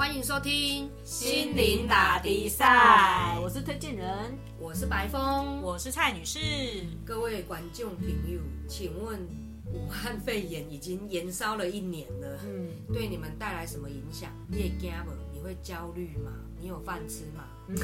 欢迎收听心灵打迪赛，我是推荐人， 我是白峰， 我是蔡女士。 各位观众朋友，请问武汉肺炎已经延烧了1年了，对你们带来什么影响？你会惊吗？你会焦虑吗？你有饭吃吗？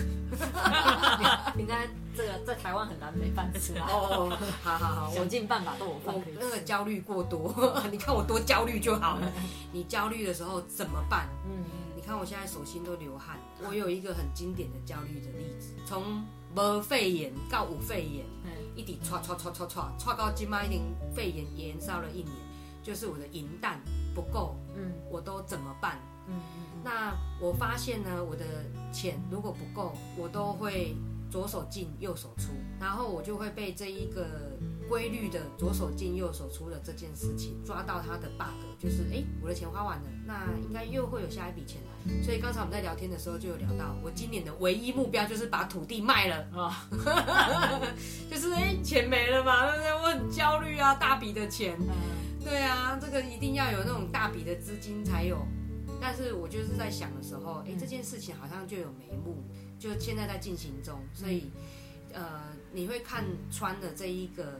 应该这个在台湾很难没饭吃啦。 哦，好， 想尽办法都有饭可以吃。 那个焦虑过多，你看我多焦虑就好了。你焦虑的时候怎么办？你看我现在手心都流汗。我有一个很经典的焦虑的例子，从没肺炎到有肺炎，一直刷到今麦已经肺炎延烧了1年，就是我的银弹不够，我都怎么办？那我发现呢，我的钱如果不够，我都会左手进右手出，然后我就会被这一个规律的左手进右手出的这件事情抓到它的 bug， 就是我的钱花完了，那应该又会有下一笔钱来。所以刚才我们在聊天的时候就有聊到，我今年的唯一目标就是把土地卖了，就是钱没了嘛，对不对？我很焦虑啊，大笔的钱，对啊，这个一定要有那种大笔的资金才有。但是我就是在想的时候，这件事情好像就有眉目，就现在在进行中，所以你会看穿了这一个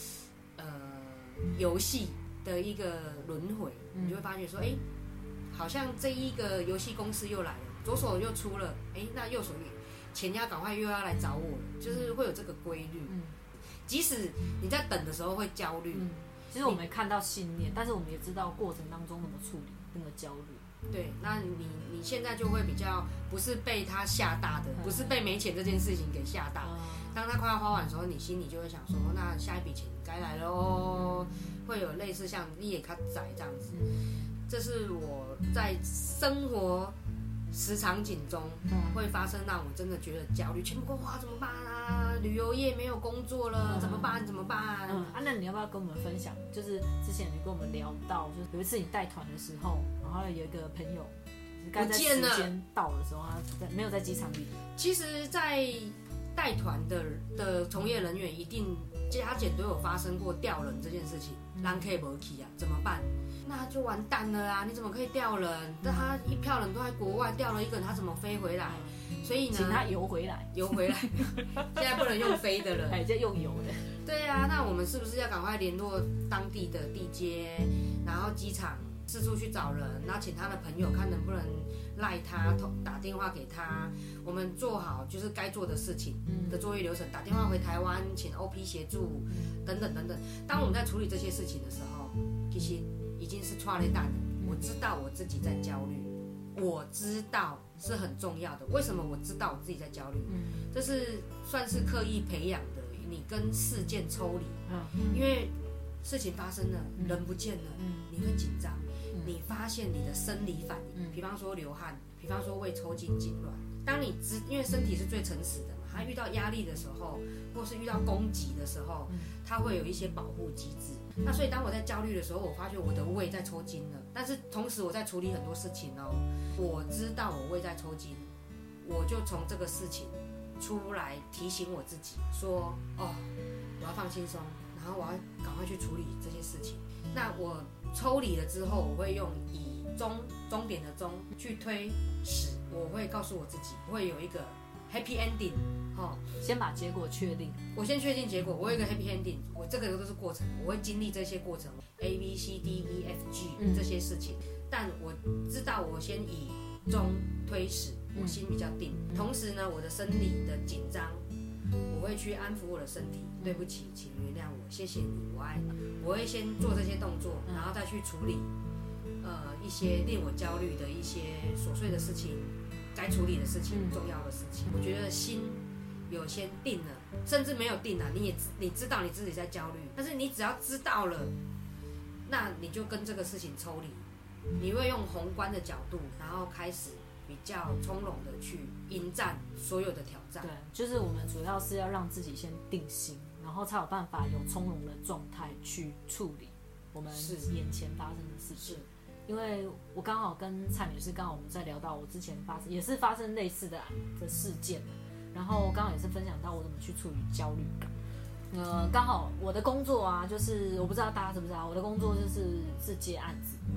游戏的一个轮回，你就会发觉说，好像这一个游戏公司又来了，左手又出了，那右手钱要赶快又要来找我了，就是会有这个规律。即使你在等的时候会焦虑， 其实我们看到信念，但是我们也知道过程当中怎么处理那个焦虑。 对，那你现在就会比较不是被他吓大的，不是被没钱这件事情给吓大。当他快要花完的时候，你心里就会想说，那下一笔钱该来了哦，会有类似像你也卡仔这样子。这是我在生活时场景中会发生，让我真的觉得焦虑，钱不够花怎么办啊？旅游业没有工作了，怎么办？ 那你要不要跟我们分享？就是之前你跟我们聊到，就是有一次你带团的时候，然后有一个朋友刚在时间到的时候，他没有在机场里。 其实，在带团的从业人员一定加减都有发生过调人这件事情，人客没去啊，怎么办？那就完蛋了啊！你怎么可以调人？但他一票人都在国外，调了一个人，他怎么飞回来？所以呢， 请他游回来， 现在不能用飞的了， 就用游的。 对啊，那我们是不是要赶快联络当地的地接，然后机场四处去找人，然后请他的朋友看能不能赖他，打电话给他，我们做好就是该做的事情的作业流程，打电话回台湾，请 OP 协助，等等。当我们在处理这些事情的时候，其实已经是剉咧蛋了。我知道我自己在焦虑，我知道是很重要的。为什么我知道我自己在焦虑？这是算是刻意培养的，你跟事件抽离，因为事情发生了，人不见了，你会紧张，你发现你的生理反应，比方说流汗，比方说胃抽筋、痉挛。当你因为身体是最诚实的嘛，它遇到压力的时候，或是遇到攻击的时候，它会有一些保护机制。那所以当我在焦虑的时候，我发觉我的胃在抽筋了，但是同时我在处理很多事情哦。我知道我胃在抽筋，我就从这个事情出来提醒我自己说，我要放轻松，然后我要赶快去处理这些事情。那我抽离了之后，我会用以终点的终去推始，我会告诉我自己会有一个 happy ending。 先把结果确定， 我先确定结果，我有一个 happy ending， 我这个都是过程，我会经历这些过程 A B C D E F G 这些事情，但我知道我先以终推始，我心比较定。同时呢，我的生理的紧张，我会去安抚我的身体，对不起，请原谅我，谢谢你，我爱你。我会先做这些动作，然后再去处理一些令我焦虑的一些琐碎的事情，该处理的事情，重要的事情。我觉得心有先定了，甚至没有定啊，你知道你自己在焦虑，但是你只要知道了，那你就跟这个事情抽离，你会用宏观的角度，然后开始比较从容的去迎战所有的挑战。 对，就是我们主要是要让自己先定心，然后才有办法有从容的状态去处理我们眼前发生的事情。因为我刚好跟蔡女士，刚好我们在聊到我之前也是发生类似的事件，然后刚好也是分享到我怎么去处理焦虑感。刚好我的工作啊，就是我不知道大家知不知道，我的工作就是接案子，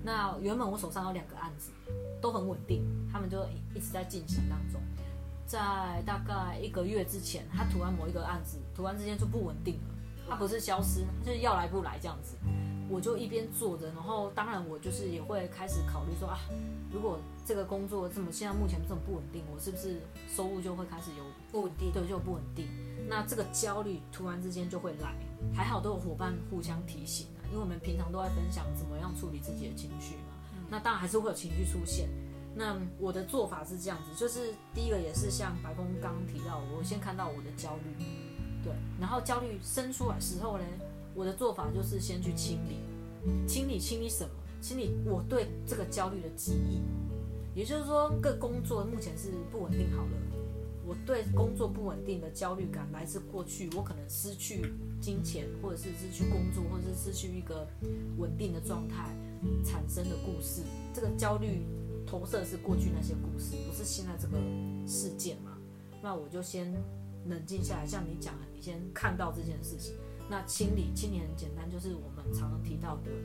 那原本我手上有2个案子，都很稳定，他们就一直在进行当中。在大概1个月之前，他突然某一个案子突然之间就不稳定了，他不是消失，他就是要来不来这样子。我就一边做着，然后当然我就是也会开始考虑说啊，如果这个工作现在目前这么不稳定，我是不是收入就会开始有不稳定？ 对，就不稳定。那这个焦虑突然之间就会来，还好都有伙伴互相提醒啊，因为我们平常都在分享怎么样处理自己的情绪嘛。那当然还是会有情绪出现。那我的做法是这样子，就是第一个也是像白峰刚刚提到，我先看到我的焦虑，对，然后焦虑生出来时候呢，我的做法就是先去清理什么？清理我对这个焦虑的记忆，也就是说，个工作目前是不稳定好了，我对工作不稳定的焦虑感来自过去，我可能失去金钱，或者是失去工作，或者是失去一个稳定的状态产生的故事。这个焦虑投射是过去那些故事，不是现在这个事件嘛？那我就先冷静下来，像你讲的，你先看到这件事情。那清理很简单，就是我们常常提到的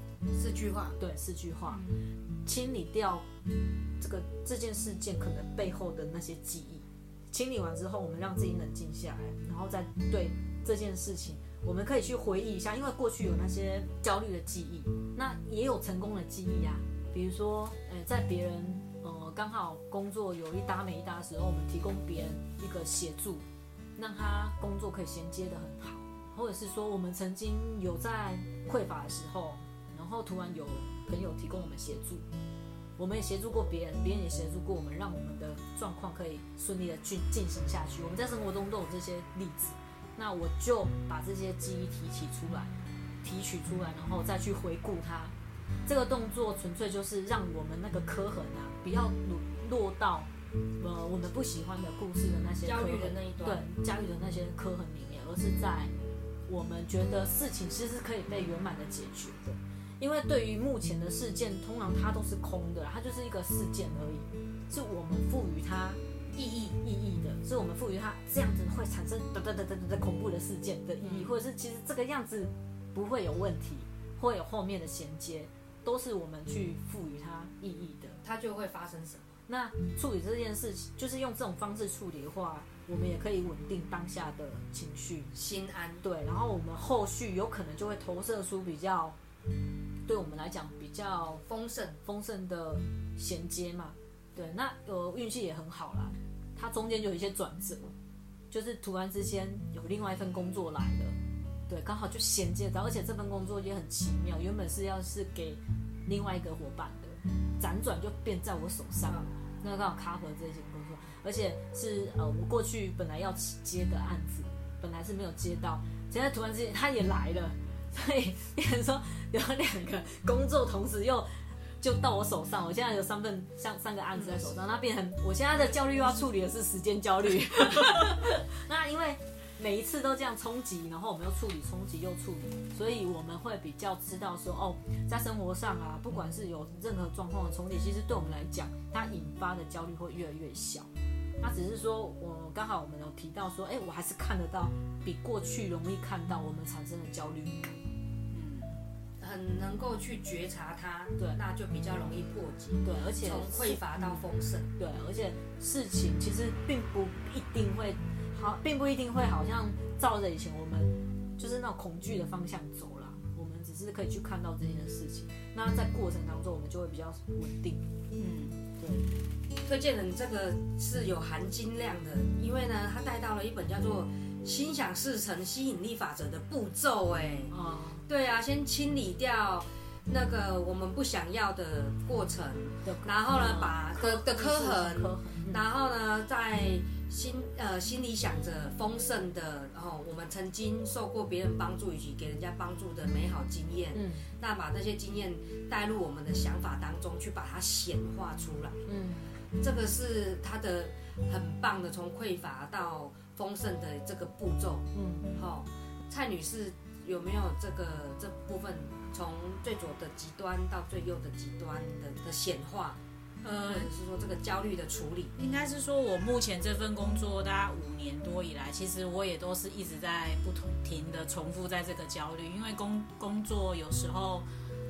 4句话， 对，4句话，清理掉这件事件可能背后的那些记忆。清理完之后，我们让自己冷静下来，然后再对这件事情，我们可以去回忆一下，因为过去有那些焦虑的记忆，那也有成功的记忆啊。比如说，在别人刚好工作有一搭没一搭的时候，我们提供别人一个协助，让他工作可以衔接得很好。或者是说，我们曾经有在匮乏的时候，然后突然有朋友提供我们协助，我们也协助过别人，别人也协助过我们，让我们的状况可以顺利的去进行下去。我们在生活中都有这些例子，那我就把这些记忆提取出来，然后再去回顾它。这个动作纯粹就是让我们那个刻痕啊，不要落到我们不喜欢的故事的那些焦虑的那一段， 对，焦虑的那些刻痕里面，而是在我们觉得事情其实是可以被圆满的解决的。因为对于目前的事件，通常它都是空的，它就是一个事件而已，是我们赋予它意义的，是我们赋予它这样子会产生恐怖的事件的意义，或者是其实这个样子不会有问题，会有后面的衔接，都是我们去赋予它意义的， 它就会发生什么。 那处理这件事情，就是用这种方式处理的话，我们也可以稳定当下的情绪， 心安。 对，然后我们后续有可能就会投射出比较，对我们来讲比较丰盛的衔接嘛。对，那运气也很好啦，它中间就有一些转折，就是突然之间有另外一份工作来了，对，刚好就衔接到，而且这份工作也很奇妙，原本是给另外一个伙伴的，辗转就变在我手上了。那刚好 cover 这些工作，而且是我过去本来要接的案子，本来是没有接到，现在突然之间他也来了，所以变成说有2个工作同时就到我手上，我现在有3个案子在手上，那变成我现在的焦虑又要处理的是时间焦虑。那因为每一次都这样冲击，然后我们又处理，冲击又处理，所以我们会比较知道说，在生活上啊，不管是有任何状况的冲击，其实对我们来讲，它引发的焦虑会越来越小。那只是说刚好我们有提到说，我还是看得到，比过去容易看到我们产生的焦虑感。 很能够去觉察它， 对， 那就比较容易破解。 对，而且从匮乏到丰盛。 对，而且事情其实并不一定会好像照着以前我们就是那种恐惧的方向走啦。我们只是可以去看到这件事情，那在过程当中我们就会比较稳定。对。 推荐人这个是有含金量的，因为呢，他带到了一本叫做《心想事成吸引力法则》的步骤。对啊，先清理掉那个我们不想要的过程，然后呢，把的刻痕，然后呢，在心里想着丰盛的，我们曾经受过别人帮助以及给人家帮助的美好经验，那把这些经验带入我们的想法当中，去把它显化出来。这个是他的很棒的，从匮乏到丰盛的这个步骤。蔡女士有没有这部分从最左的极端到最右的极端的显化？或者是说这个焦虑的处理？ 应该是说，我目前这份工作大概5年多以来，其实我也都是一直在不停的重复在这个焦虑，因为工作有时候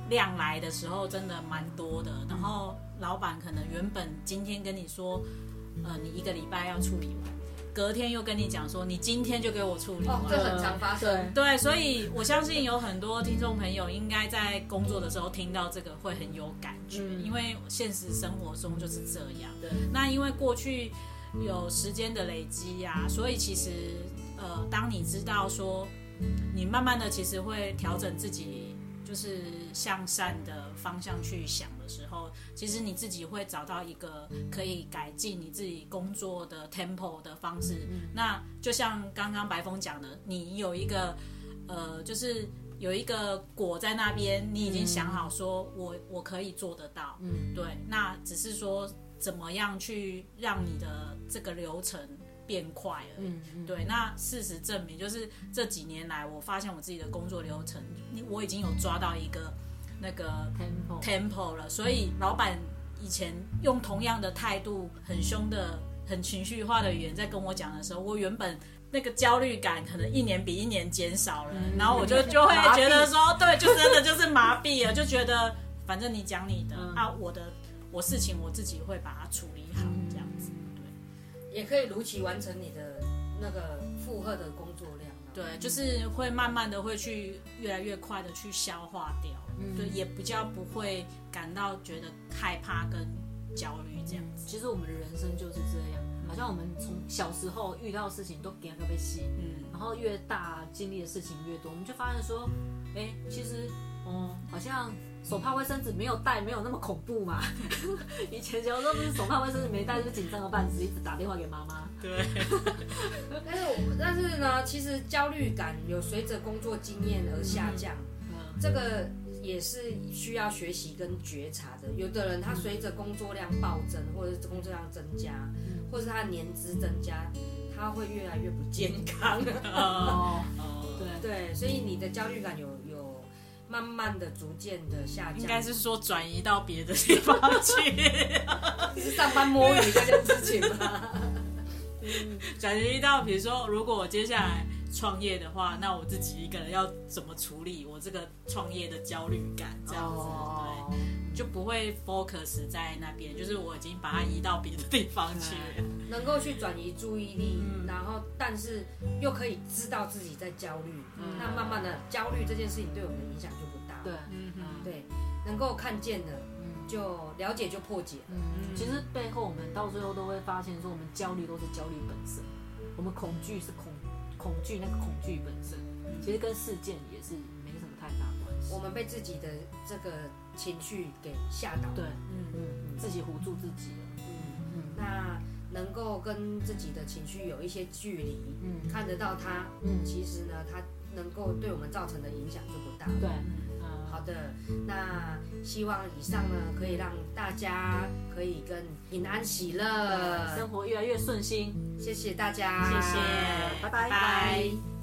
量来的时候真的蛮多的，然后老板可能原本今天跟你说，你1个礼拜要处理完，隔天又跟你讲说你今天就给我处理完， 这很常发生。 对，所以我相信有很多听众朋友应该在工作的时候听到这个会很有感觉，因为现实生活中就是这样。 对， 那因为过去有时间的累积啊，所以其实当你知道说，你慢慢的其实会调整自己，就是向善的方向去想的时候，其实你自己会找到一个可以改进你自己工作的 tempo 的方式。那就像刚刚白峰讲的，你有一个就是有一个果在那边，你已经想好说我可以做得到。对，那只是说怎么样去让你的这个流程变快而已。对，那事实证明，就是这几年来，我发现我自己的工作流程，我已经有抓到一个那个 tempo 了。所以老板以前用同样的态度，很凶的、很情绪化的语言在跟我讲的时候，我原本那个焦虑感可能1年比1年减少了，然后我就会觉得说，对，就真的就是麻痹了，就觉得反正你讲你的，我事情我自己会把它处理好，这样子。 也可以如期完成你的那个负荷的工作量。 对，就是会慢慢的会去越来越快的去消化掉。对，也比较不会感到觉得害怕跟焦虑这样子。 其实我们的人生就是这样，好像我们从小时候遇到的事情都给个被吸，然后越大经历的事情越多，我们就发现说，其实好像手帕卫生纸没有带没有那么恐怖嘛。以前小时候不是手帕卫生纸没带就紧张的半死，一直打电话给妈妈。 对。 但是呢，其实焦虑感有随着工作经验而下降，这个也是需要学习跟觉察的。有的人他随着工作量暴增，或者是工作量增加，或是他的年资增加，他会越来越不健康。对，所以你的焦虑感有慢慢的、逐渐的下降， 应该是说转移到别的地方去。 是上班摸鱼这件事情吗？ 转移到比如说，如果我接下来创业的话，那我自己一个人要怎么处理我这个创业的焦虑感？这样子，对，就不会 focus 在那边，就是我已经把它移到别的地方去了， 能够去转移注意力，然后但是又可以知道自己在焦虑，那慢慢的焦虑这件事情对我们的影响就不大。对，能够看见的。就了解就破解。 其实背后我们到最后都会发现说，我们焦虑都是焦虑本身，我们恐惧是恐惧那个恐惧本身，其实跟事件也是没什么太大关系。 我们被自己的这个情绪给吓倒了， 对，自己唬住自己了。 那能够跟自己的情绪有一些距离，看得到它，其实呢，它能够对我们造成的影响就不大。 对。 好的，那希望以上呢可以让大家可以更平安喜乐， 生活越来越顺心。 谢谢大家， 谢谢，拜拜。